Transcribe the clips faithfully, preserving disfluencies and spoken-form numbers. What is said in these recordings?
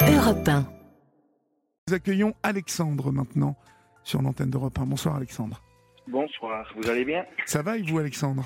Europe un. Nous accueillons Alexandre maintenant sur l'antenne d'Europe un. Bonsoir Alexandre. Bonsoir, vous allez bien? Ça va et vous Alexandre?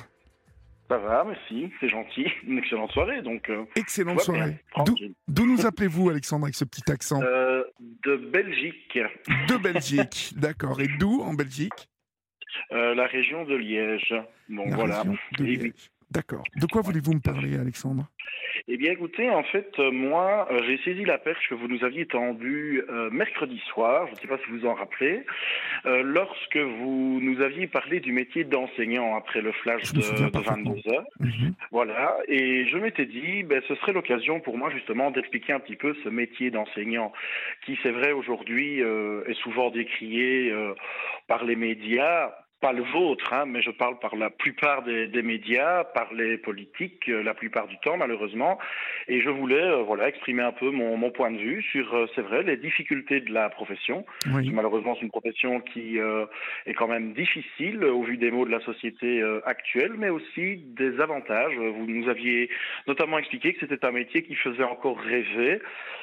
Ça va, merci, c'est gentil. Une excellente soirée donc. Euh, Excellente soirée. Bien, D'où, d'où nous appelez-vous Alexandre avec ce petit accent? euh, De Belgique. De Belgique, d'accord. Et d'où en Belgique? euh, La région de Liège. Bon La voilà. région de Et Liège. oui. D'accord. De quoi voulez-vous me parler Alexandre? Eh bien écoutez, en fait, euh, moi, euh, j'ai saisi la perche que vous nous aviez tendue euh, mercredi soir, je ne sais pas si vous en rappelez, euh, lorsque vous nous aviez parlé du métier d'enseignant après le flash Je me souviens de, de parfaitement. vingt-deux heures. Mhm. Voilà, et je m'étais dit, ben, ce serait l'occasion pour moi justement d'expliquer un petit peu ce métier d'enseignant, qui c'est vrai aujourd'hui euh, est souvent décrié euh, par les médias. Pas le vôtre, hein, mais je parle par la plupart des, des médias, par les politiques, euh, la plupart du temps malheureusement. Et je voulais euh, voilà exprimer un peu mon, mon point de vue sur, euh, c'est vrai, les difficultés de la profession. Oui. Malheureusement, c'est une profession qui euh, est quand même difficile au vu des maux de la société euh, actuelle, mais aussi des avantages. Vous nous aviez notamment expliqué que c'était un métier qui faisait encore rêver.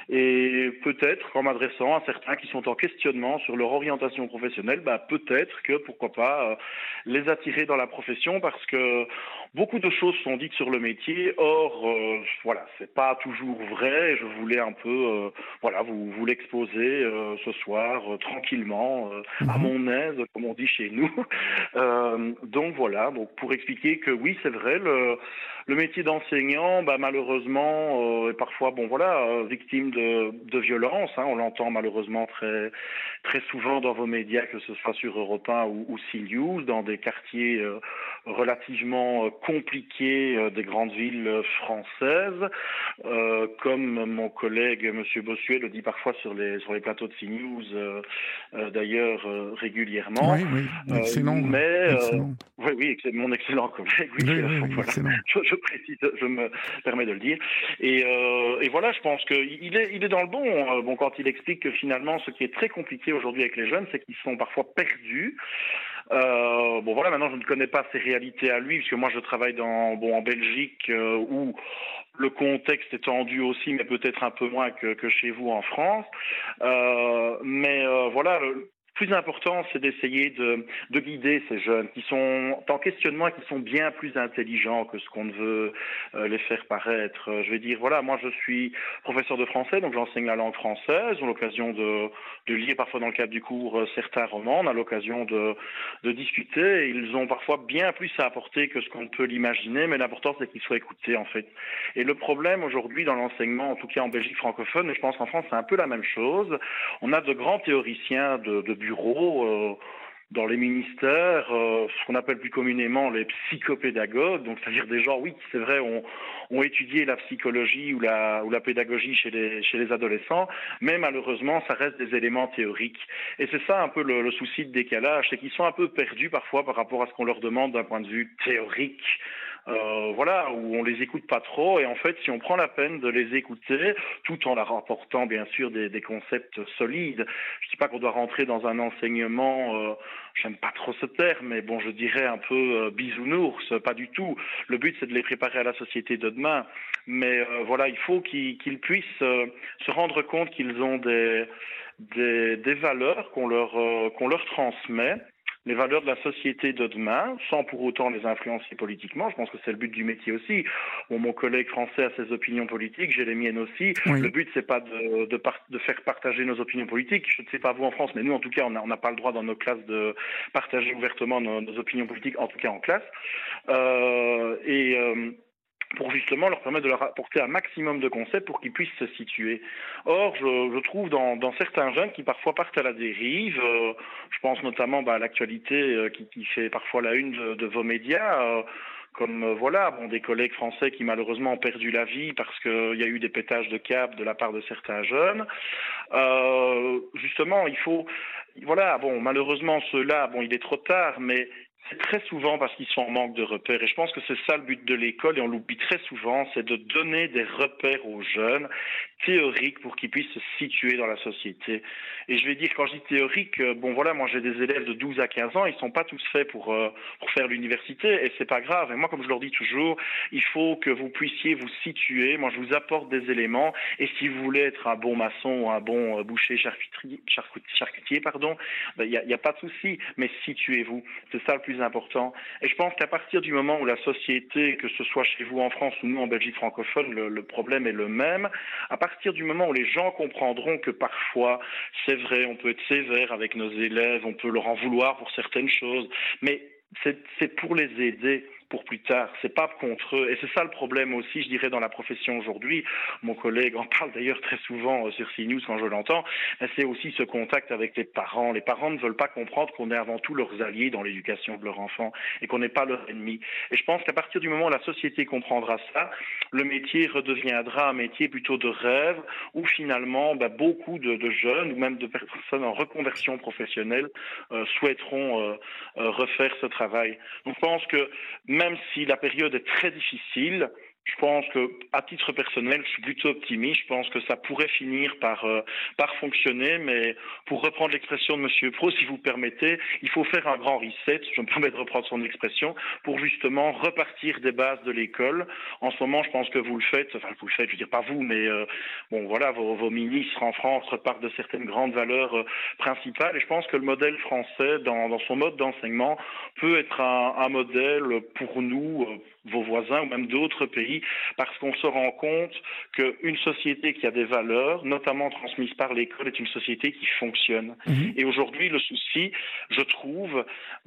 Et peut-être qu'en m'adressant à certains qui sont en questionnement sur leur orientation professionnelle, bah, peut-être que, pourquoi pas, euh, les attirer dans la profession, parce que beaucoup de choses sont dites sur le métier. Or, euh, voilà, c'est pas toujours vrai. Et je voulais un peu, euh, voilà, vous, vous l'exposer euh, ce soir, euh, tranquillement, euh, Mhm. à mon aise, comme on dit chez nous. Euh, donc voilà, donc pour expliquer que oui, c'est vrai, le, le métier d'enseignant, bah, malheureusement, euh, est parfois, bon voilà, euh, victime de, de violence. Hein, on l'entend malheureusement très, très souvent dans vos médias, que ce soit sur Europe un ou, ou CNews, dans des quartiers euh, relativement euh, compliqués euh, des grandes villes euh, françaises. Euh, comme mon collègue Monsieur Bossuet le dit parfois sur les, sur les plateaux de CNews, euh, euh, d'ailleurs euh, régulièrement. Oui, oui, Euh, excellent. mais euh, excellent. oui, oui, c'est mon excellent collègue. Oui, Oui, euh, oui, oui, voilà. excellent. Je, je précise, je me permets de le dire. Et, euh, et voilà, je pense qu'il est, il est dans le bon. Euh, bon, quand il explique que finalement, ce qui est très compliqué aujourd'hui avec les jeunes, c'est qu'ils sont parfois perdus. Euh, bon, voilà, maintenant, je ne connais pas ses réalités à lui, puisque moi, je travaille dans, bon, en Belgique, euh, où le contexte est tendu aussi, mais peut-être un peu moins que, que chez vous en France. Euh, mais euh, voilà, le plus important, c'est d'essayer de, de guider ces jeunes qui sont en questionnement et qui sont bien plus intelligents que ce qu'on veut euh, les faire paraître. Je vais dire, voilà, moi je suis professeur de français, donc j'enseigne la langue française. On a l'occasion de, de lire parfois dans le cadre du cours euh, certains romans. On a l'occasion de, de discuter. Ils ont parfois bien plus à apporter que ce qu'on peut l'imaginer, mais l'important c'est qu'ils soient écoutés en fait. Et le problème aujourd'hui dans l'enseignement, en tout cas en Belgique francophone, et je pense qu'en France c'est un peu la même chose, on a de grands théoriciens de, de bureaux euh, dans les ministères, euh, ce qu'on appelle plus communément les psychopédagogues, donc c'est-à-dire des gens, oui, c'est vrai, ont, ont étudié la psychologie ou la, ou la pédagogie chez les, chez les adolescents, mais malheureusement ça reste des éléments théoriques. Et c'est ça un peu le, le souci de décalage, c'est qu'ils sont un peu perdus parfois par rapport à ce qu'on leur demande d'un point de vue théorique. Euh, voilà, où on les écoute pas trop, et en fait, si on prend la peine de les écouter, tout en leur apportant bien sûr des, des concepts solides, je dis pas qu'on doit rentrer dans un enseignement, euh, j'aime pas trop ce terme, mais bon, je dirais un peu euh, bisounours, pas du tout. Le but, c'est de les préparer à la société de demain, mais euh, voilà, il faut qu'ils, qu'ils puissent euh, se rendre compte qu'ils ont des, des, des valeurs qu'on leur, euh, qu'on leur transmet, les valeurs de la société de demain, sans pour autant les influencer politiquement. Je pense que c'est le but du métier aussi. Bon, mon collègue français a ses opinions politiques, j'ai les miennes aussi. Oui. Le but, c'est pas de, de, par, de faire partager nos opinions politiques. Je ne sais pas vous en France, mais nous, en tout cas, on n'a on n'a pas le droit dans nos classes de partager ouvertement nos, nos opinions politiques, en tout cas en classe. Euh, et... Euh, pour justement leur permettre de leur apporter un maximum de concepts pour qu'ils puissent se situer. Or, je, je trouve dans, dans certains jeunes qui parfois partent à la dérive, euh, je pense notamment bah, à l'actualité euh, qui, qui fait parfois la une de, de vos médias, euh, comme euh, voilà, bon, des collègues français qui malheureusement ont perdu la vie parce qu'il y a eu des pétages de câbles de la part de certains jeunes. Euh, justement, il faut, voilà, bon, malheureusement ceux-là, bon, il est trop tard, mais C'est très souvent parce qu'ils sont en manque de repères. Et je pense que c'est ça le but de l'école, et on l'oublie très souvent, c'est de donner des repères aux jeunes, théoriques, pour qu'ils puissent se situer dans la société. Et je vais dire, quand je dis théorique, euh, bon voilà, moi j'ai des élèves de douze à quinze ans, ils sont pas tous faits pour, euh, pour faire l'université, et c'est pas grave. Et moi, comme je leur dis toujours, il faut que vous puissiez vous situer. Moi, je vous apporte des éléments, et si vous voulez être un bon maçon ou un bon euh, boucher charcutier, charcutier pardon, il ben, n'y a, y a pas de souci, mais situez-vous. C'est ça le plus important. Et je pense qu'à partir du moment où la société, que ce soit chez vous en France ou nous en Belgique francophone, le, le problème est le même, à partir du moment où les gens comprendront que parfois, c'est vrai, on peut être sévère avec nos élèves, on peut leur en vouloir pour certaines choses, mais c'est, c'est pour les aider pour plus tard, c'est pas contre eux. Et c'est ça le problème aussi, je dirais, dans la profession aujourd'hui. Mon collègue en parle d'ailleurs très souvent sur CNews quand je l'entends, mais c'est aussi ce contact avec les parents. Les parents ne veulent pas comprendre qu'on est avant tout leurs alliés dans l'éducation de leur enfant et qu'on n'est pas leur ennemi. Et je pense qu'à partir du moment où la société comprendra ça, le métier redeviendra un métier plutôt de rêve où finalement bah, beaucoup de, de jeunes ou même de personnes en reconversion professionnelle euh, souhaiteront euh, euh, refaire ce travail. Donc je pense que même si la période est très difficile, je pense que, à titre personnel, je suis plutôt optimiste. Je pense que ça pourrait finir par, euh, par fonctionner. Mais pour reprendre l'expression de Monsieur Pro, si vous permettez, il faut faire un grand reset, je me permets de reprendre son expression, pour justement repartir des bases de l'école. En ce moment, je pense que vous le faites, enfin vous le faites, je veux dire pas vous, mais euh, bon voilà, vos, vos ministres en France repartent de certaines grandes valeurs euh, principales. Et je pense que le modèle français, dans, dans son mode d'enseignement, peut être un, un modèle pour nous, euh, vos voisins ou même d'autres pays, parce qu'on se rend compte qu'une société qui a des valeurs, notamment transmises par l'école, est une société qui fonctionne. Mmh. Et aujourd'hui, le souci, je trouve,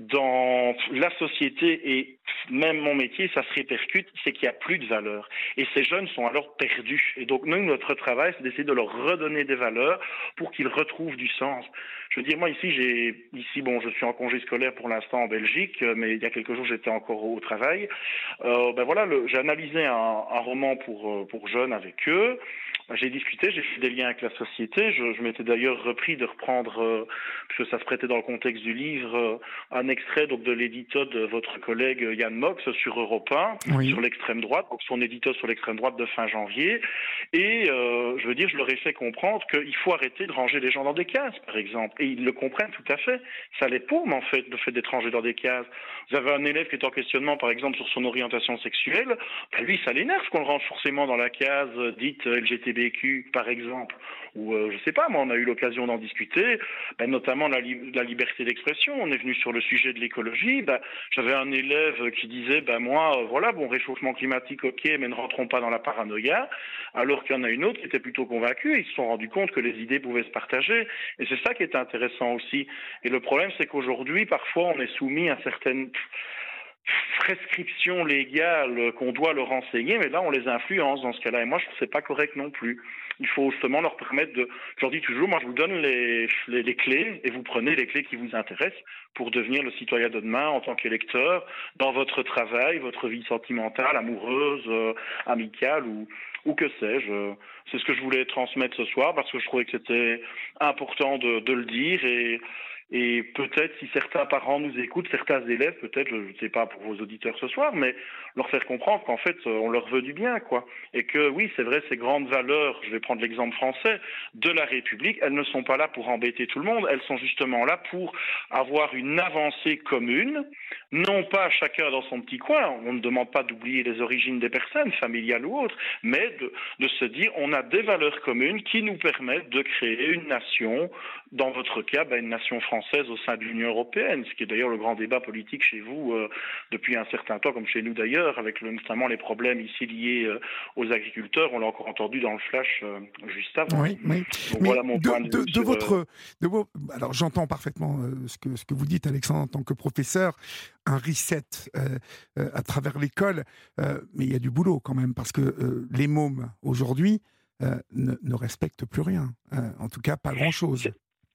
dans la société et même mon métier, ça se répercute, c'est qu'il n'y a plus de valeurs. Et ces jeunes sont alors perdus. Et donc, nous, notre travail, c'est d'essayer de leur redonner des valeurs pour qu'ils retrouvent du sens. Je veux dire, moi, ici, j'ai, ici, bon, je suis en congé scolaire pour l'instant en Belgique, mais il y a quelques jours, j'étais encore au travail. Euh, ben voilà, le, j'ai analysé un, un roman pour, pour jeunes avec eux. J'ai discuté, j'ai fait des liens avec la société. Je, je m'étais d'ailleurs repris de reprendre, euh, puisque ça se prêtait dans le contexte du livre, euh, un extrait donc de l'édito de votre collègue Yann Mox sur Europe un, oui. Sur l'extrême droite, donc son édito sur l'extrême droite de fin janvier. Et euh, je veux dire, je leur ai fait comprendre qu'il faut arrêter de ranger les gens dans des cases, par exemple. Et ils le comprennent tout à fait. Ça les paume, en fait, le fait d'être rangé dans des cases. Vous avez un élève qui est en questionnement, par exemple, sur son orientation sexuelle. Ben lui, ça l'énerve qu'on le range forcément dans la case dite L G B T Q, par exemple. Ou, euh, je sais pas, moi, on a eu l'occasion d'en discuter, ben, notamment la, li- la liberté d'expression. On est venu sur le sujet de l'écologie. Ben, j'avais un élève qui disait, ben moi, euh, voilà, bon, réchauffement climatique, ok, mais ne rentrons pas dans la paranoïa. Alors qu'il y en a une autre qui était plutôt convaincue. Et ils se sont rendus compte que les idées pouvaient se partager. Et c'est ça qui est intéressant aussi. Et le problème, c'est qu'aujourd'hui, parfois, on est soumis à certaines prescriptions légales qu'on doit leur enseigner, mais là, on les influence dans ce cas-là. Et moi, je trouve que c'est pas correct non plus. Il faut justement leur permettre de... Je leur dis toujours, moi, je vous donne les, les, les clés et vous prenez les clés qui vous intéressent pour devenir le citoyen de demain en tant qu'électeur dans votre travail, votre vie sentimentale, amoureuse, euh, amicale ou, ou que sais-je. C'est ce que je voulais transmettre ce soir parce que je trouvais que c'était important de, de le dire et... Et peut-être, si certains parents nous écoutent, certains élèves, peut-être, je ne sais pas pour vos auditeurs ce soir, mais leur faire comprendre qu'en fait, on leur veut du bien, quoi. Et que oui, c'est vrai, ces grandes valeurs, je vais prendre l'exemple français, de la République, elles ne sont pas là pour embêter tout le monde, elles sont justement là pour avoir une avancée commune, non pas chacun dans son petit coin, on ne demande pas d'oublier les origines des personnes, familiales ou autres, mais de, de se dire, on a des valeurs communes qui nous permettent de créer une nation, dans votre cas, ben, une nation française, au sein de l'Union européenne, ce qui est d'ailleurs le grand débat politique chez vous euh, depuis un certain temps, comme chez nous d'ailleurs, avec le, notamment les problèmes ici liés euh, aux agriculteurs. On l'a encore entendu dans le flash euh, juste avant. Oui, oui. Donc, voilà mon de, point de, de, vue. De sur, votre, euh... de vos, alors j'entends parfaitement euh, ce, que, ce que vous dites, Alexandre, en tant que professeur, un reset euh, euh, à travers l'école, euh, mais il y a du boulot quand même, parce que euh, les mômes aujourd'hui euh, ne, ne respectent plus rien, euh, en tout cas pas grand-chose. C'est...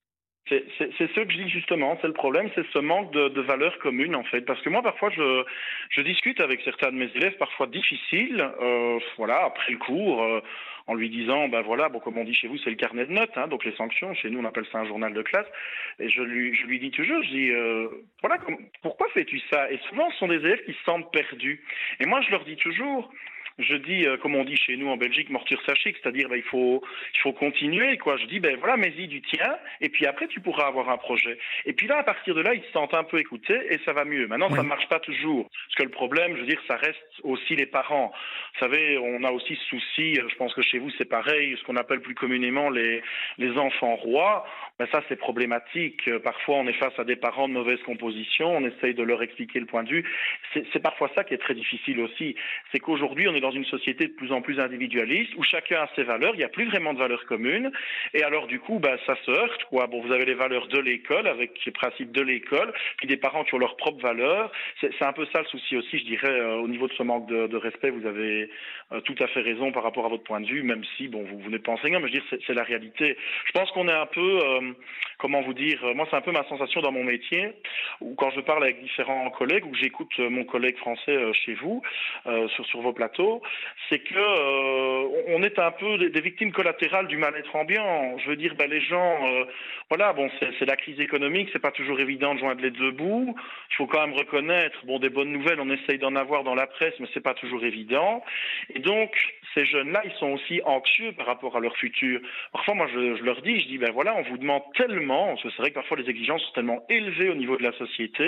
C'est, c'est, c'est ce que je dis justement, c'est le problème, c'est ce manque de, de valeurs communes en fait. Parce que moi parfois je, je discute avec certains de mes élèves, parfois difficiles, euh, voilà, après le cours, euh, en lui disant, ben voilà, bon comme on dit chez vous c'est le carnet de notes, hein, donc les sanctions, chez nous on appelle ça un journal de classe, et je lui, je lui dis toujours, je dis, euh, voilà, comme, pourquoi fais-tu ça? Et souvent ce sont des élèves qui se sentent perdus. Et moi je leur dis toujours, je dis, euh, comme on dit chez nous en Belgique, mortir sa chic, c'est-à-dire ben, il faut il faut continuer quoi. Je dis ben voilà, mets-y du tien et puis après tu pourras avoir un projet. Et puis là à partir de là, ils se sentent un peu écoutés et ça va mieux. Maintenant Oui. ça ne marche pas toujours parce que le problème, je veux dire, ça reste aussi les parents. Vous savez, on a aussi ce souci, je pense que chez vous c'est pareil, ce qu'on appelle plus communément les les enfants rois. Ben ça c'est problématique. Parfois on est face à des parents de mauvaise composition, on essaye de leur expliquer le point de vue. C'est, c'est parfois ça qui est très difficile aussi. C'est qu'aujourd'hui on est dans une société de plus en plus individualiste où chacun a ses valeurs, il n'y a plus vraiment de valeurs communes et alors du coup bah, ça se heurte quoi. Bon, vous avez les valeurs de l'école avec les principes de l'école, puis des parents qui ont leurs propres valeurs. C'est, c'est un peu ça le souci aussi, je dirais, euh, au niveau de ce manque de, de respect. Vous avez euh, tout à fait raison par rapport à votre point de vue, même si bon vous, vous n'êtes pas enseignant, mais je veux dire c'est, c'est la réalité. Je pense qu'on est un peu, euh, comment vous dire, moi c'est un peu ma sensation dans mon métier, où quand je parle avec différents collègues, ou j'écoute mon collègue français euh, chez vous, euh, sur, sur vos plateaux, c'est que euh, on est un peu des, des victimes collatérales du mal-être ambiant. Je veux dire, ben, les gens, euh, voilà, bon, c'est, c'est la crise économique, c'est pas toujours évident de joindre les deux bouts. Il faut quand même reconnaître, bon, des bonnes nouvelles, on essaye d'en avoir dans la presse, mais c'est pas toujours évident. Et donc, ces jeunes-là, ils sont aussi anxieux par rapport à leur futur. Parfois, moi, je, je leur dis, je dis, ben voilà, on vous demande tellement, parce que c'est vrai que parfois les exigences sont tellement élevées au niveau de la société.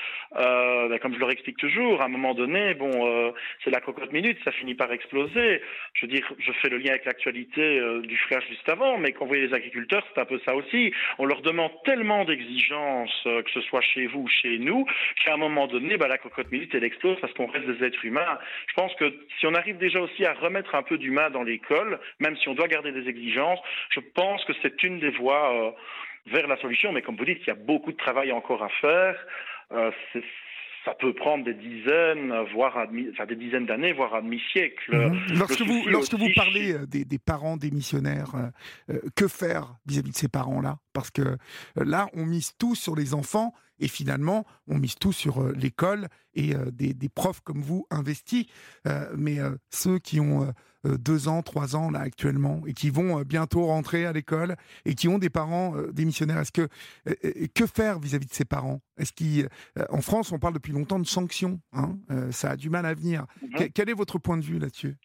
Euh, ben, comme je leur explique toujours, à un moment donné, bon, euh, c'est la cocotte minute, ça finit par exploser. Je veux dire, je fais le lien avec l'actualité euh, du flash juste avant, mais quand vous voyez les agriculteurs, c'est un peu ça aussi. On leur demande tellement d'exigences, euh, que ce soit chez vous ou chez nous, qu'à un moment donné, ben, la cocotte minute, elle explose parce qu'on reste des êtres humains. Je pense que si on arrive déjà aussi à remettre un peu d'humain dans l'école, même si on doit garder des exigences, je pense que c'est une des voies euh, vers la solution. Mais comme vous dites, il y a beaucoup de travail encore à faire. Euh, c'est, ça peut prendre des dizaines, voire à demi, enfin des dizaines d'années, voire à demi-siècle. Mmh. Lorsque vous, lorsque vous parlez chez... des, des parents démissionnaires, euh, que faire vis-à-vis de ces parents-là? Parce que euh, là, on mise tout sur les enfants et finalement, on mise tout sur euh, l'école et euh, des, des profs comme vous investis. Euh, mais euh, ceux qui ont euh, deux ans, trois ans là actuellement et qui vont euh, bientôt rentrer à l'école et qui ont des parents euh, démissionnaires, est-ce que euh, que faire vis-à-vis de ces parents? Est-ce qu'ils, euh, en France, on parle depuis longtemps de sanctions, hein, euh, ça a du mal à venir. Mmh. Que, quel est votre point de vue là-dessus?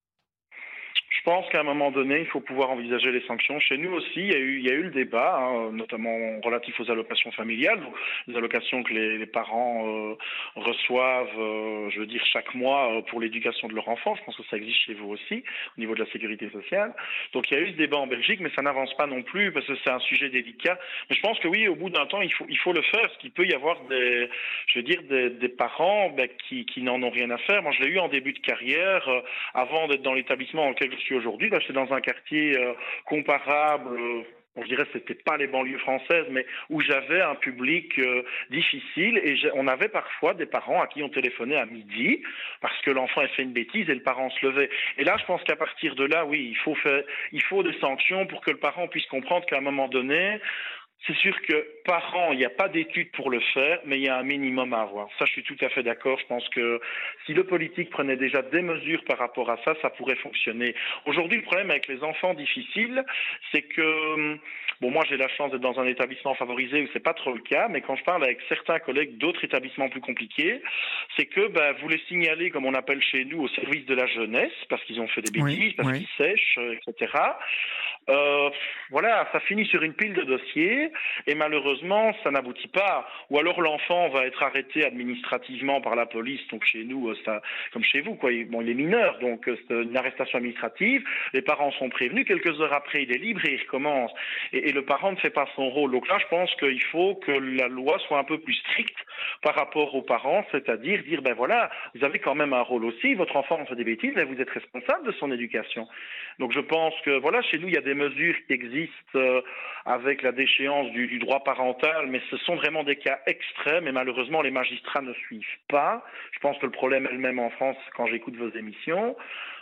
Je pense qu'à un moment donné, il faut pouvoir envisager les sanctions. Chez nous aussi, il y a eu, il y a eu le débat, hein, notamment relatif aux allocations familiales, les allocations que les, les parents euh, reçoivent, euh, je veux dire, chaque mois euh, pour l'éducation de leur enfant. Je pense que ça existe chez vous aussi, au niveau de la sécurité sociale. Donc il y a eu ce débat en Belgique, mais ça n'avance pas non plus parce que c'est un sujet délicat. Mais je pense que oui, au bout d'un temps, il faut, il faut le faire, parce qu'il peut y avoir des, je veux dire, des, des parents ben, qui, qui n'en ont rien à faire. Moi, je l'ai eu en début de carrière, euh, avant d'être dans l'établissement dans lequel je suis aujourd'hui. Là, j'étais dans un quartier euh, comparable. Euh, Bon, je dirais que c'était pas les banlieues françaises, mais où j'avais un public euh, difficile et on avait parfois des parents à qui on téléphonait à midi parce que l'enfant a fait une bêtise et le parent se levait. Et là, je pense qu'à partir de là, oui, il faut faire, il faut des sanctions pour que le parent puisse comprendre qu'à un moment donné, c'est sûr que par an, il n'y a pas d'études pour le faire, mais il y a un minimum à avoir. Ça, je suis tout à fait d'accord. Je pense que si le politique prenait déjà des mesures par rapport à ça, ça pourrait fonctionner. Aujourd'hui, le problème avec les enfants difficiles, c'est que, bon, moi, j'ai la chance d'être dans un établissement favorisé où c'est pas trop le cas, mais quand je parle avec certains collègues d'autres établissements plus compliqués, c'est que, ben, vous les signalez, comme on appelle chez nous, au service de la jeunesse, parce qu'ils ont fait des bêtises, oui, parce oui. qu'ils sèchent, et cetera. Euh, voilà, ça finit sur une pile de dossiers. Et malheureusement, ça n'aboutit pas. Ou alors l'enfant va être arrêté administrativement par la police, donc chez nous, ça, comme chez vous, quoi. Bon, il est mineur, donc c'est une arrestation administrative. Les parents sont prévenus. Quelques heures après, il est libre et il recommence. Et, et le parent ne fait pas son rôle. Donc là, je pense qu'il faut que la loi soit un peu plus stricte par rapport aux parents, c'est-à-dire dire, ben voilà, vous avez quand même un rôle aussi. Votre enfant fait des bêtises, mais vous êtes responsable de son éducation. Donc je pense que, voilà, chez nous, il y a des mesures qui existent euh, avec la déchéance du, du droit parental, mais ce sont vraiment des cas extrêmes et malheureusement les magistrats ne suivent pas. Je pense que le problème est le même en France quand j'écoute vos émissions.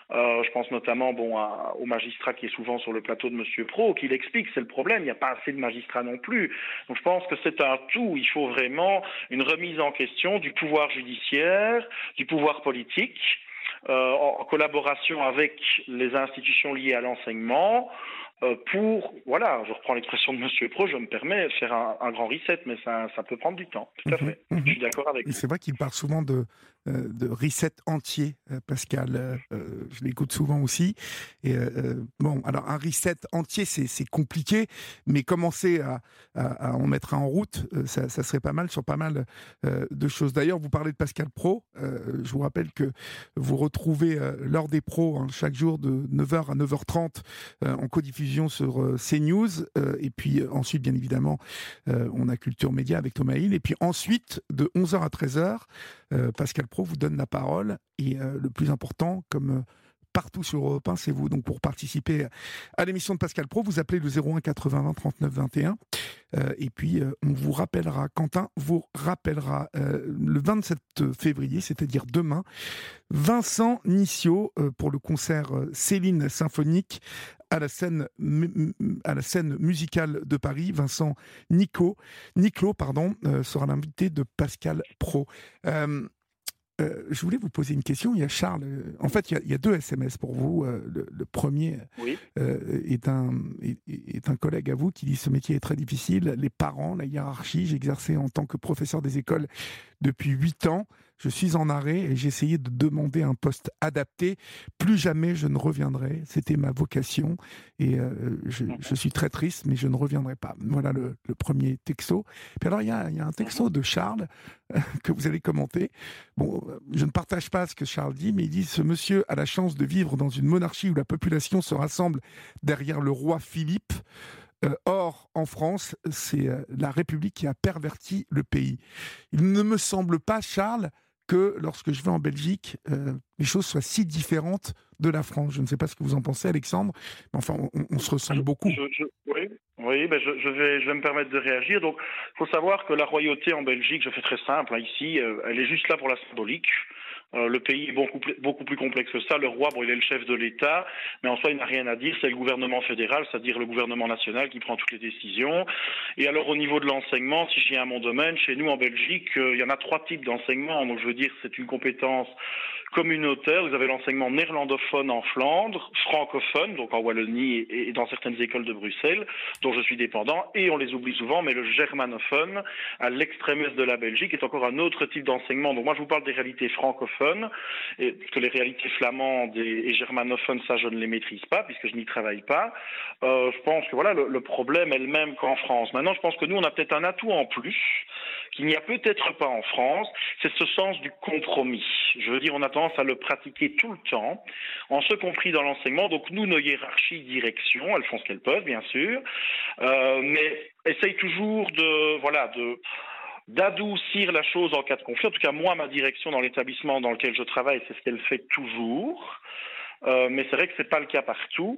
Euh, je pense notamment bon, à, au magistrat qui est souvent sur le plateau de Monsieur Pro, qui l'explique, c'est le problème, il n'y a pas assez de magistrats non plus. Donc je pense que c'est un tout, il faut vraiment une remise en question du pouvoir judiciaire, du pouvoir politique, euh, en collaboration avec les institutions liées à l'enseignement, euh, pour, voilà, je reprends l'expression de Monsieur Pro, je me permets de faire un, un grand reset, mais ça, ça peut prendre du temps, tout à Mhm, fait. mhm. Je suis d'accord avec Et vous. c'est vrai qu'il parle souvent de, euh, de reset entier, euh, Pascal. Euh, euh, je l'écoute souvent aussi. Et euh, euh, bon, alors un reset entier, c'est, c'est compliqué, mais commencer à, à, à en mettre un en route, euh, ça, ça serait pas mal sur pas mal euh, de choses. D'ailleurs, vous parlez de Pascal Pro. Euh, je vous rappelle que vous retrouvez euh, l'heure des pros hein, chaque jour de neuf heures à neuf heures trente euh, en codiffusion sur euh, CNews. Euh, et puis euh, ensuite, bien évidemment, euh, on a Culture Média avec Thomas Hill. Et puis ensuite, de onze heures à treize heures, euh, Pascal Pro vous donne la parole. Et euh, le plus important, comme euh, partout sur Europe un, c'est vous. Donc pour participer à l'émission de Pascal Pro, vous appelez le zéro un quatre-vingts trente-neuf vingt et un. Euh, et puis euh, on vous rappellera, Quentin vous rappellera euh, le vingt-sept février, c'est-à-dire demain, Vincent Nicio euh, pour le concert euh, Céline Symphonique à la scène mu- à la scène musicale de Paris. Vincent Nico, Niclot pardon, euh, sera l'invité de Pascal Pro. Euh, euh, je voulais vous poser une question. Il y a Charles. euh, en fait, il y a, il y a deux S M S pour vous. Euh, le, le premier Oui. euh, est, un, est, est un collègue à vous qui dit ce métier est très difficile. Les parents, la hiérarchie. J'ai exercé en tant que professeur des écoles depuis huit ans. Je suis en arrêt et j'ai essayé de demander un poste adapté. Plus jamais je ne reviendrai. C'était ma vocation et euh, je, je suis très triste, mais je ne reviendrai pas. Voilà le, le premier texto. Puis alors, il y a, il y a un texto de Charles euh, que vous allez commenter. Bon, euh, je ne partage pas ce que Charles dit, mais il dit « Ce monsieur a la chance de vivre dans une monarchie où la population se rassemble derrière le roi Philippe. Euh, or, en France, c'est euh, la République qui a perverti le pays. Il ne me semble pas, Charles, que lorsque je vais en Belgique, euh, les choses soient si différentes de la France. Je ne sais pas ce que vous en pensez, Alexandre, mais enfin, on, on se ressemble beaucoup. Je, je, oui, oui ben je, je, vais, je vais me permettre de réagir. Donc, il faut savoir que la royauté en Belgique, je fais très simple, hein, ici, euh, elle est juste là pour la symbolique. Euh, le pays est beaucoup, beaucoup plus complexe que ça. Le roi, bon, il est le chef de l'État, mais en soi, il n'a rien à dire. C'est le gouvernement fédéral, c'est-à-dire le gouvernement national, qui prend toutes les décisions. Et alors, au niveau de l'enseignement, si je viens à mon domaine, chez nous en Belgique, euh, il y en a trois types d'enseignement. Donc, je veux dire, c'est une compétence communautaire. Vous avez l'enseignement néerlandophone en Flandre, francophone, donc en Wallonie et, et dans certaines écoles de Bruxelles, dont je suis dépendant, et on les oublie souvent, mais le germanophone, à l'extrême est de la Belgique, est encore un autre type d'enseignement. Donc moi, je vous parle des réalités francophones, et parce que les réalités flamandes et, et germanophones, ça, je ne les maîtrise pas, puisque je n'y travaille pas. Euh, je pense que voilà, le, le problème est le même qu'en France. Maintenant, je pense que nous, on a peut-être un atout en plus, qu'il n'y a peut-être pas en France, c'est ce sens du compromis. Je veux dire, on a tendance à le pratiquer tout le temps, en ce compris dans l'enseignement. Donc nous, nos hiérarchies, direction, elles font ce qu'elles peuvent, bien sûr, euh, mais essayent toujours de, voilà, de d'adoucir la chose en cas de conflit. En tout cas, moi, ma direction dans l'établissement dans lequel je travaille, c'est ce qu'elle fait toujours. Euh, mais c'est vrai que c'est pas le cas partout.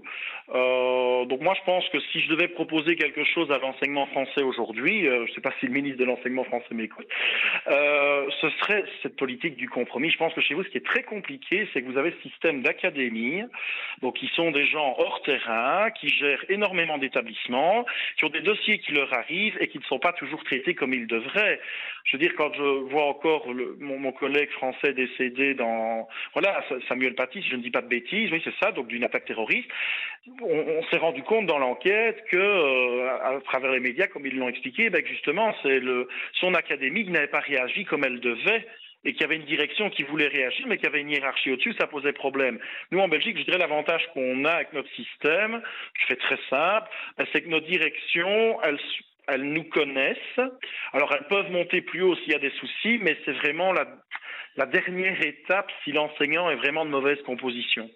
Euh, donc moi, je pense que si je devais proposer quelque chose à l'enseignement français aujourd'hui, euh, je ne sais pas si le ministre de l'enseignement français m'écoute, euh, ce serait cette politique du compromis. Je pense que chez vous, ce qui est très compliqué, c'est que vous avez ce système d'académie, donc qui sont des gens hors terrain, qui gèrent énormément d'établissements, qui ont des dossiers qui leur arrivent et qui ne sont pas toujours traités comme ils devraient. Je veux dire, quand je vois encore le, mon, mon collègue français décédé dans, voilà, Samuel Paty, si je ne dis pas de bêtises. Oui, c'est ça, donc d'une attaque terroriste. On, on s'est rendu compte dans l'enquête que, euh, à, à travers les médias, comme ils l'ont expliqué, ben que justement, c'est le, son académie qui n'avait pas réagi comme elle devait et qu'il y avait une direction qui voulait réagir, mais qu'il y avait une hiérarchie au-dessus, ça posait problème. Nous, en Belgique, je dirais l'avantage qu'on a avec notre système, je fais très simple, ben, c'est que nos directions, elles elles nous connaissent. Alors, elles peuvent monter plus haut s'il y a des soucis, mais c'est vraiment la, la dernière étape si l'enseignant est vraiment de mauvaise composition.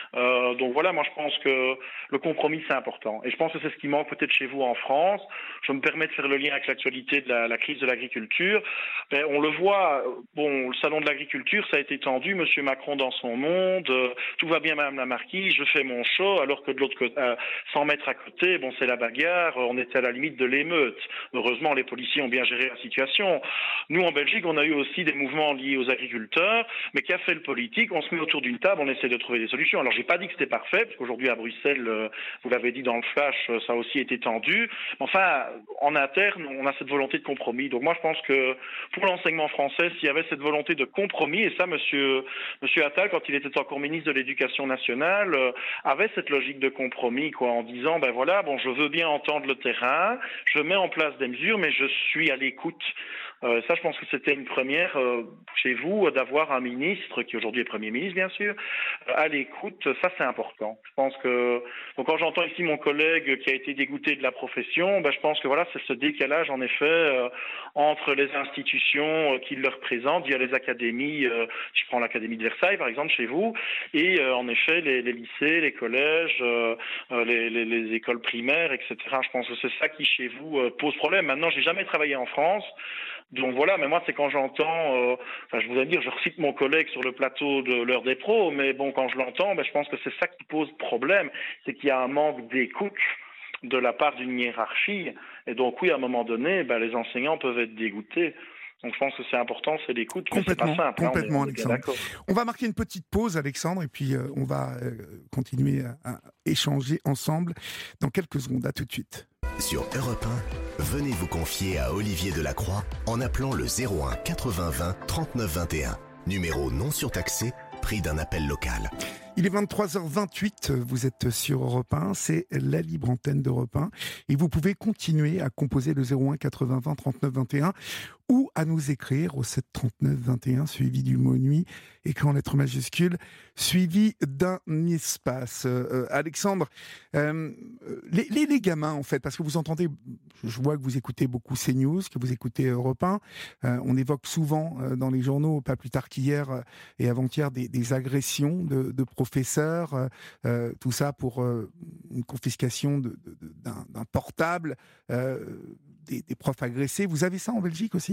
Euh, donc voilà, moi je pense que le compromis c'est important. Et je pense que c'est ce qui manque peut-être chez vous en France. Je me permets de faire le lien avec l'actualité de la, la crise de l'agriculture. Ben, on le voit, bon, le salon de l'agriculture, ça a été tendu, Monsieur Macron dans son monde, euh, tout va bien Madame la Marquise, je fais mon show, alors que de l'autre côté, euh, cent mètres à côté, bon c'est la bagarre, on était à la limite de l'émeute. Heureusement, les policiers ont bien géré la situation. Nous en Belgique, on a eu aussi des mouvements liés aux agriculteurs, mais qu'a fait le politique? On se met autour d'une table, on essaie de trouver des solutions. Alors j'ai pas dit que c'était parfait, parce qu'aujourd'hui à Bruxelles, euh, vous l'avez dit dans le flash, euh, ça a aussi été tendu. Enfin, en interne, on a cette volonté de compromis. Donc moi je pense que pour l'enseignement français, s'il y avait cette volonté de compromis, et ça monsieur, monsieur Attal, quand il était encore ministre de l'Éducation nationale, euh, avait cette logique de compromis, quoi, en disant, ben voilà, bon, je veux bien entendre le terrain, je mets en place des mesures, mais je suis à l'écoute. Euh, ça, je pense que c'était une première euh, chez vous, euh, d'avoir un ministre, qui aujourd'hui est Premier ministre, bien sûr, euh, à l'écoute. Ça, c'est important. Je pense que, donc, quand j'entends ici mon collègue qui a été dégoûté de la profession, ben, je pense que voilà, c'est ce décalage, en effet, euh, entre les institutions euh, qui le représentent, via les académies, euh, je prends l'Académie de Versailles, par exemple, chez vous, et euh, en effet, les, les lycées, les collèges, euh, les, les, les écoles primaires, et cetera. Je pense que c'est ça qui, chez vous, euh, pose problème. Maintenant, j'ai jamais travaillé en France. Donc voilà, mais moi c'est quand j'entends, euh, enfin je vous ai dire, je recite mon collègue sur le plateau de l'heure des pros, mais bon quand je l'entends, ben, je pense que c'est ça qui pose problème, c'est qu'il y a un manque d'écoute de la part d'une hiérarchie, et donc oui à un moment donné, ben, les enseignants peuvent être dégoûtés. Donc je pense que c'est important, c'est l'écoute, mais c'est pas simple. Complètement, hein, on est, on est Alexandre. On va marquer une petite pause, Alexandre, et puis euh, on va euh, continuer à, à échanger ensemble dans quelques secondes. À tout de suite. Sur Europe un, venez vous confier à Olivier Delacroix en appelant le zéro un quatre-vingts vingt trente-neuf vingt et un. Numéro non surtaxé, prix d'un appel local. Il est vingt-trois heures vingt-huit, vous êtes sur Europe un, c'est la libre antenne d'Europe un, et vous pouvez continuer à composer le zéro un quatre-vingts vingt trente-neuf vingt et un ou à nous écrire au sept trente-neuf vingt et un, suivi du mot nuit, écrit en lettres majuscules, suivi d'un espace. Euh, Alexandre, euh, les, les, les gamins, en fait, parce que vous entendez, je vois que vous écoutez beaucoup CNews, que vous écoutez Europe un, euh, on évoque souvent euh, dans les journaux, pas plus tard qu'hier euh, et avant-hier, des, des agressions de, de professeurs, euh, tout ça pour euh, une confiscation de, de, de, d'un, d'un portable, euh, des, des profs agressés. Vous avez ça en Belgique aussi ?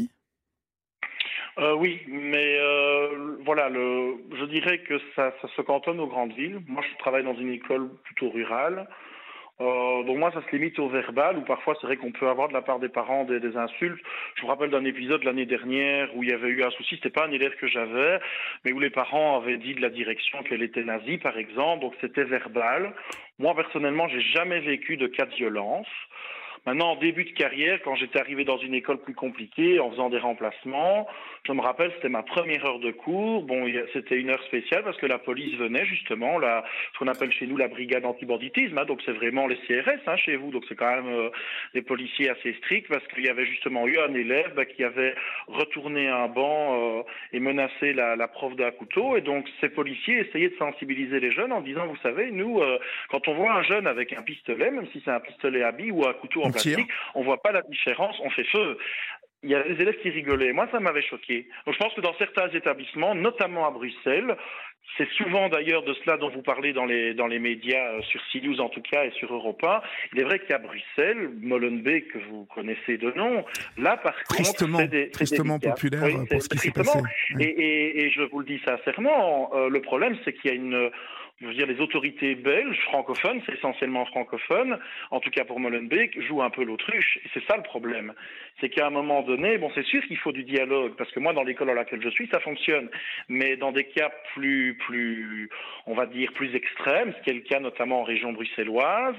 Euh, oui, mais euh, voilà, le, je dirais que ça, ça se cantonne aux grandes villes. Moi, je travaille dans une école plutôt rurale. Euh, donc moi, ça se limite au verbal, où parfois c'est vrai qu'on peut avoir de la part des parents des, des insultes. Je me rappelle d'un épisode l'année dernière où il y avait eu un souci, c'était pas un élève que j'avais, mais où les parents avaient dit de la direction qu'elle était nazie, par exemple, donc c'était verbal. Moi, personnellement, j'ai jamais vécu de cas de violence. Maintenant, en début de carrière, quand j'étais arrivé dans une école plus compliquée, en faisant des remplacements, je me rappelle, c'était ma première heure de cours. Bon, c'était une heure spéciale parce que la police venait justement, la, ce qu'on appelle chez nous la brigade antibanditisme, hein, donc c'est vraiment les C R S hein, chez vous, donc c'est quand même euh, des policiers assez stricts parce qu'il y avait justement eu un élève bah, qui avait retourné un banc euh, et menacé la, la prof d'un couteau, et donc ces policiers essayaient de sensibiliser les jeunes en disant, vous savez, nous, euh, quand on voit un jeune avec un pistolet, même si c'est un pistolet à billes ou un couteau en plastique, on voit pas la différence, on fait feu. Il y a des élèves qui rigolaient. Moi, ça m'avait choqué. Donc, je pense que dans certains établissements, notamment à Bruxelles, c'est souvent d'ailleurs de cela dont vous parlez dans les, dans les médias, sur CNews en tout cas et sur Europe un. Il est vrai qu'à Bruxelles, Molenbeek, que vous connaissez de nom, là par tristement, contre, c'est, des, c'est tristement délicat. populaire oui, pour ce qui s'est passé. Et, et, et je vous le dis sincèrement, euh, le problème, c'est qu'il y a une... Je veux dire, les autorités belges, francophones, c'est essentiellement francophone, en tout cas pour Molenbeek, jouent un peu l'autruche. Et c'est ça le problème. C'est qu'à un moment donné, bon, c'est sûr qu'il faut du dialogue, parce que moi, dans l'école dans laquelle je suis, ça fonctionne. Mais dans des cas plus, plus, on va dire, plus extrêmes, ce qui est le cas notamment en région bruxelloise,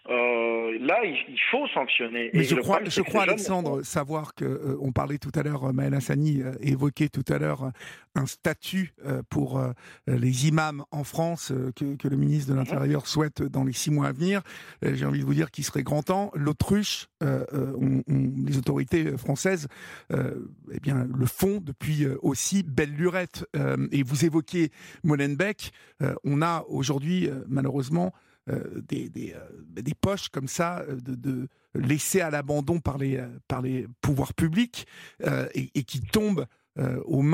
euh, là, il, il faut sanctionner. Mais et je crois, problème, je crois jeunes, Alexandre, on... savoir que euh, on parlait tout à l'heure, Maël Hassani euh, évoquait tout à l'heure euh, un statut euh, pour euh, les imams en France euh, que, que le ministre de l'Intérieur souhaite dans les six mois à venir. Euh, j'ai envie de vous dire qu'il serait grand temps. L'autruche, euh, on, on, les autorités françaises euh, eh bien, le font depuis euh, aussi belle lurette. Euh, et vous évoquiez Molenbeek. Euh, on a aujourd'hui, euh, malheureusement, euh, des, des, euh, des poches comme ça de... de laissés à l'abandon par les, par les pouvoirs publics euh, et, et qui tombent euh, aux mains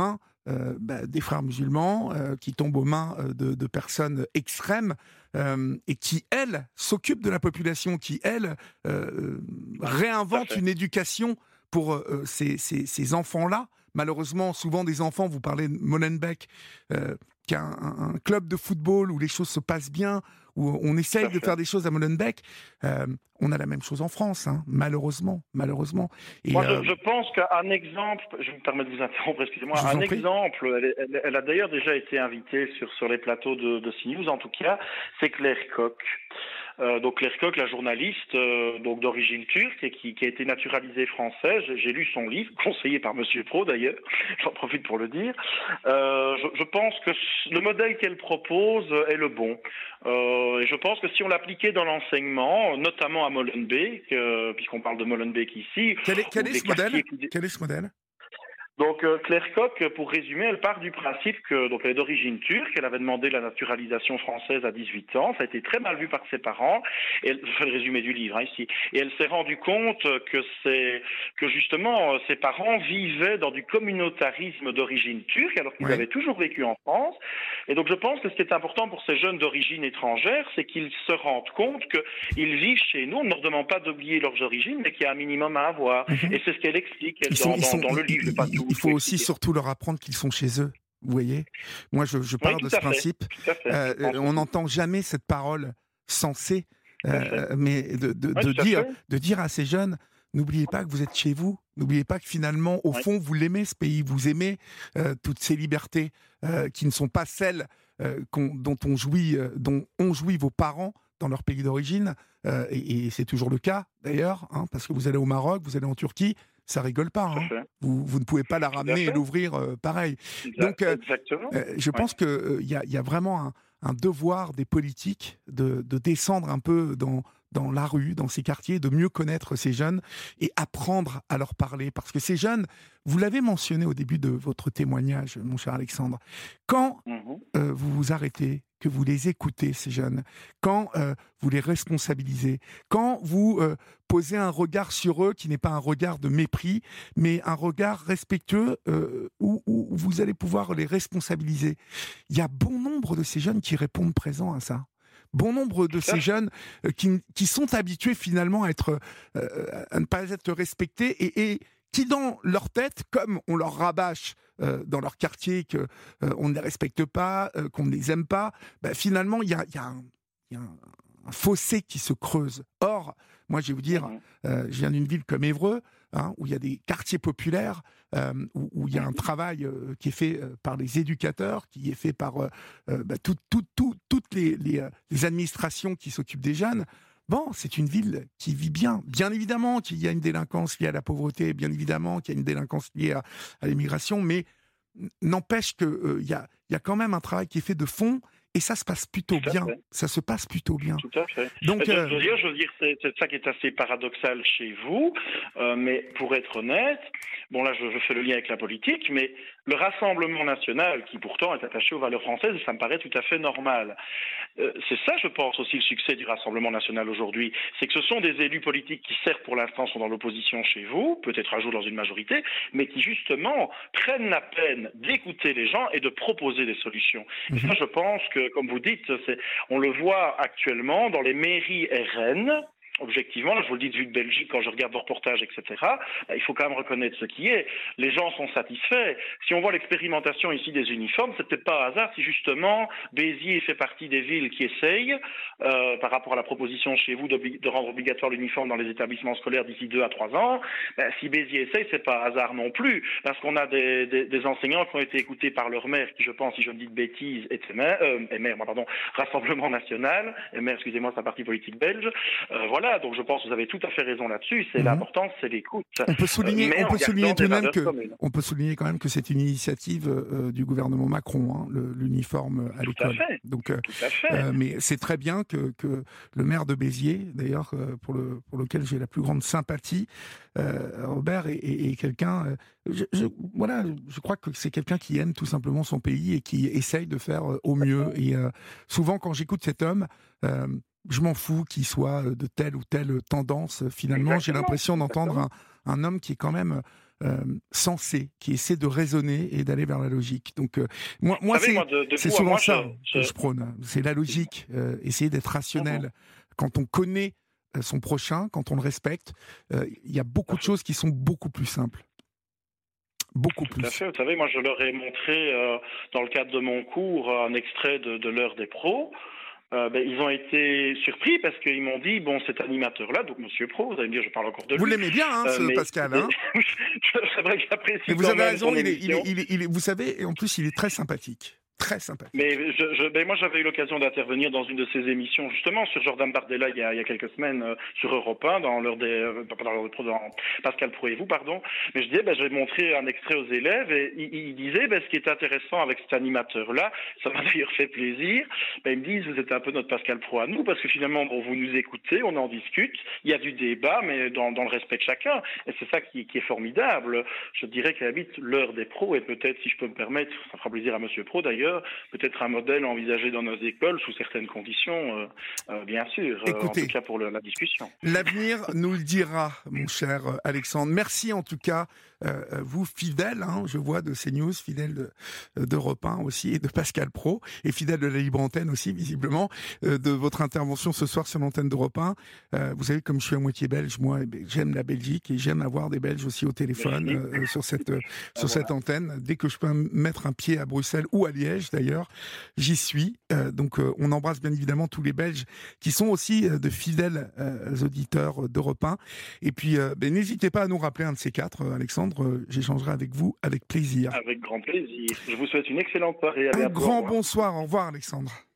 euh, bah, des frères musulmans euh, qui tombent aux mains euh, de, de personnes extrêmes euh, et qui, elles, s'occupent de la population, qui, elles, euh, réinventent une éducation pour euh, ces, ces, ces enfants-là. Malheureusement, souvent des enfants, vous parlez de Molenbeek, euh, qui a un, un club de football où les choses se passent bien, où on essaye de faire des choses à Molenbeek. Euh, on a la même chose en France, hein, malheureusement, malheureusement. Et, Moi, euh, je, je pense qu'un exemple, je me permets de vous interrompre, excusez-moi, un prie. exemple, elle, elle, elle a d'ailleurs déjà été invitée sur, sur les plateaux de, de CNews, en tout cas, c'est Claire Koch. Euh, donc Claire Koch, la journaliste euh, donc d'origine turque et qui, qui a été naturalisée française. J'ai lu son livre, conseillé par Monsieur Pro d'ailleurs, j'en profite pour le dire. Euh, je, je pense que le modèle qu'elle propose est le bon. Euh, et je pense que si on l'appliquait dans l'enseignement, notamment à Molenbeek, euh, puisqu'on parle de Molenbeek ici... Quel est, quel est ce modèle qui... Quel est ce modèle Donc euh, Claire Koch, pour résumer, elle part du principe que donc elle est d'origine turque, elle avait demandé la naturalisation française à dix-huit ans, ça a été très mal vu par ses parents, et elle, je fais le résumé du livre hein, ici, et elle s'est rendue compte que c'est que justement ses parents vivaient dans du communautarisme d'origine turque alors qu'ils oui. avaient toujours vécu en France, et donc je pense que ce qui est important pour ces jeunes d'origine étrangère, c'est qu'ils se rendent compte qu'ils vivent chez nous, on ne leur demande pas d'oublier leurs origines, mais qu'il y a un minimum à avoir, mm-hmm. et c'est ce qu'elle explique elle, sont, dans, sont, dans, dans le livre, ils, pas tout. Il faut aussi surtout leur apprendre qu'ils sont chez eux, vous voyez. Moi, je, je pars oui, de ce fait. principe. Euh, on n'entend jamais cette parole sensée, euh, mais de, de, oui, de, dire, de dire à ces jeunes, n'oubliez pas que vous êtes chez vous, n'oubliez pas que finalement, au oui. fond, vous l'aimez, ce pays, vous aimez euh, toutes ces libertés euh, qui ne sont pas celles euh, qu'on, dont, on jouit, euh, dont ont joui vos parents dans leur pays d'origine, euh, et, et c'est toujours le cas, d'ailleurs, hein, parce que vous allez au Maroc, vous allez en Turquie, ça rigole pas. Hein. Vous, vous ne pouvez pas la ramener et l'ouvrir euh, pareil. Exact, Donc, euh, exactement. Euh, je pense ouais. qu'il y, y a vraiment un, un devoir des politiques de, de descendre un peu dans, dans la rue, dans ces quartiers, de mieux connaître ces jeunes et apprendre à leur parler. Parce que ces jeunes, vous l'avez mentionné au début de votre témoignage, mon cher Alexandre, quand mm-hmm. euh, vous vous arrêtez, que vous les écoutez, ces jeunes, quand euh, vous les responsabilisez, quand vous euh, posez un regard sur eux qui n'est pas un regard de mépris, mais un regard respectueux euh, où, où vous allez pouvoir les responsabiliser. Il y a bon nombre de ces jeunes qui répondent présents à ça. Bon nombre de ces jeunes euh, qui, qui sont habitués finalement à, être, euh, à ne pas être respectés et, et qui dans leur tête, comme on leur rabâche euh, dans leur quartier qu'on euh, ne les respecte pas, euh, qu'on ne les aime pas, bah, finalement il y a, y a, un, y a un, un fossé qui se creuse. Or, moi je vais vous dire, euh, je viens d'une ville comme Évreux, hein, où il y a des quartiers populaires, euh, où, où il y a un travail euh, qui est fait euh, par les éducateurs, qui est fait par euh, euh, bah, tout, tout, tout, toutes les, les, les administrations qui s'occupent des jeunes. Bon, c'est une ville qui vit bien. Bien évidemment qu'il y a une délinquance liée à la pauvreté, bien évidemment qu'il y a une délinquance liée à, à l'immigration, mais n'empêche qu'il euh, y, a, y a quand même un travail qui est fait de fond. Et ça se passe plutôt bien. Fait. Ça se passe plutôt bien. Tout à fait. Donc, je, euh... je veux dire, je veux dire c'est, c'est ça qui est assez paradoxal chez vous. Euh, mais pour être honnête, bon là, je, je fais le lien avec la politique, mais le Rassemblement national, qui pourtant est attaché aux valeurs françaises, ça me paraît tout à fait normal. Euh, c'est ça, je pense, aussi le succès du Rassemblement national aujourd'hui. C'est que ce sont des élus politiques qui, certes, pour l'instant, sont dans l'opposition chez vous, peut-être un jour dans une majorité, mais qui, justement, prennent la peine d'écouter les gens et de proposer des solutions. Mm-hmm. Et ça, je pense que, comme vous dites, c'est, on le voit actuellement dans les mairies R N. Objectivement, là, je vous le dis de vue de Belgique, quand je regarde vos reportages, et cetera, il faut quand même reconnaître ce qui est. Les gens sont satisfaits. Si on voit l'expérimentation ici des uniformes, c'est peut-être pas un hasard si justement Béziers fait partie des villes qui essayent, euh, par rapport à la proposition chez vous de rendre obligatoire l'uniforme dans les établissements scolaires d'ici deux à trois ans. Ben, si Béziers essaye, c'est pas un hasard non plus, parce qu'on a des, des, des enseignants qui ont été écoutés par leur maire, qui, je pense, si je ne dis de bêtises, est maire, euh, est maire, pardon, Rassemblement national, et maire, excusez-moi, c'est un parti politique belge. Euh, voilà. Donc je pense que vous avez tout à fait raison là-dessus. C'est mmh. l'important, c'est l'écoute. On peut souligner, euh, on peut souligner tout de même que, on peut souligner quand même que c'est une initiative euh, du gouvernement Macron, hein, le, l'uniforme à tout l'école. À fait. Donc, euh, tout à fait. Euh, mais c'est très bien que, que le maire de Béziers, d'ailleurs, euh, pour le pour lequel j'ai la plus grande sympathie, euh, Robert est, est, est quelqu'un. Euh, je, je, voilà, je crois que c'est quelqu'un qui aime tout simplement son pays et qui essaye de faire au mieux. Et euh, souvent, quand j'écoute cet homme. Euh, Je m'en fous qu'il soit de telle ou telle tendance. Finalement, exactement, j'ai l'impression d'entendre un, un homme qui est quand même euh, sensée, qui essaie de raisonner et d'aller vers la logique. Donc, euh, moi, moi savez, c'est, moi, de- de c'est vous à souvent moi, ça je- que je- je prône. C'est la logique, euh, essayer d'être rationnel. Quand on connaît euh, son prochain, quand on le respecte, euh, il y a beaucoup de choses qui sont beaucoup plus simples. Beaucoup Tout à plus. fait. Vous savez, moi, je leur ai montré, euh, dans le cadre de mon cours, un extrait de, de l'heure des pros. Euh, ben, ils ont été surpris parce qu'ils m'ont dit, bon, cet animateur-là, donc Monsieur Pro, vous allez me dire, je parle encore de lui. Vous l'aimez bien, hein, Euh, ce mais- Pascal, hein C'est vrai que j'apprécie Mais vous quand avez même raison, son il est, il est- émission. il est- il est- vous savez, et en plus, il est très sympathique. Très sympathique. Mais je, je, ben moi, j'avais eu l'occasion d'intervenir dans une de ces émissions, justement, sur Jordan Bardella, il y a, il y a quelques semaines, euh, sur Europe un, dans l'heure des, euh, pas dans l'heure des pros, dans Pascal Pro et vous, pardon. Mais je disais, ben, j'ai montré un extrait aux élèves et il, il disait, ben, ce qui est intéressant avec cet animateur-là, ça m'a d'ailleurs fait plaisir, ben, ils me disent, vous êtes un peu notre Pascal Pro à nous, parce que finalement, bon, vous nous écoutez, on en discute, il y a du débat, mais dans, dans le respect de chacun. Et c'est ça qui, qui est formidable. Je dirais qu'à la limite, l'heure des pros est peut-être, si je peux me permettre, ça fera plaisir à Monsieur Pro d'ailleurs, peut-être un modèle envisagé dans nos écoles sous certaines conditions, euh, euh, bien sûr, euh, Écoutez, en tout cas pour le, la discussion. L'avenir nous le dira, mon cher Alexandre. Merci en tout cas, euh, vous fidèle, hein, je vois de CNews, fidèle de, d'Europe un aussi, et de Pascal Pro, et fidèle de la Libre Antenne aussi, visiblement, euh, de votre intervention ce soir sur l'antenne d'Europe un. Euh, vous savez, comme je suis à moitié belge, moi, j'aime la Belgique, et j'aime avoir des Belges aussi au téléphone, euh, sur cette, euh, sur voilà. cette antenne. Dès que je peux mettre un pied à Bruxelles, ou à Liège d'ailleurs, j'y suis. Euh, donc euh, on embrasse bien évidemment tous les Belges qui sont aussi euh, de fidèles euh, auditeurs d'Europe un. Et puis euh, ben, n'hésitez pas à nous rappeler un de ces quatre, euh, Alexandre. Euh, j'échangerai avec vous avec plaisir. Avec grand plaisir. Je vous souhaite une excellente soirée. À Un bientôt. grand Au revoir. bonsoir. Au revoir, Alexandre.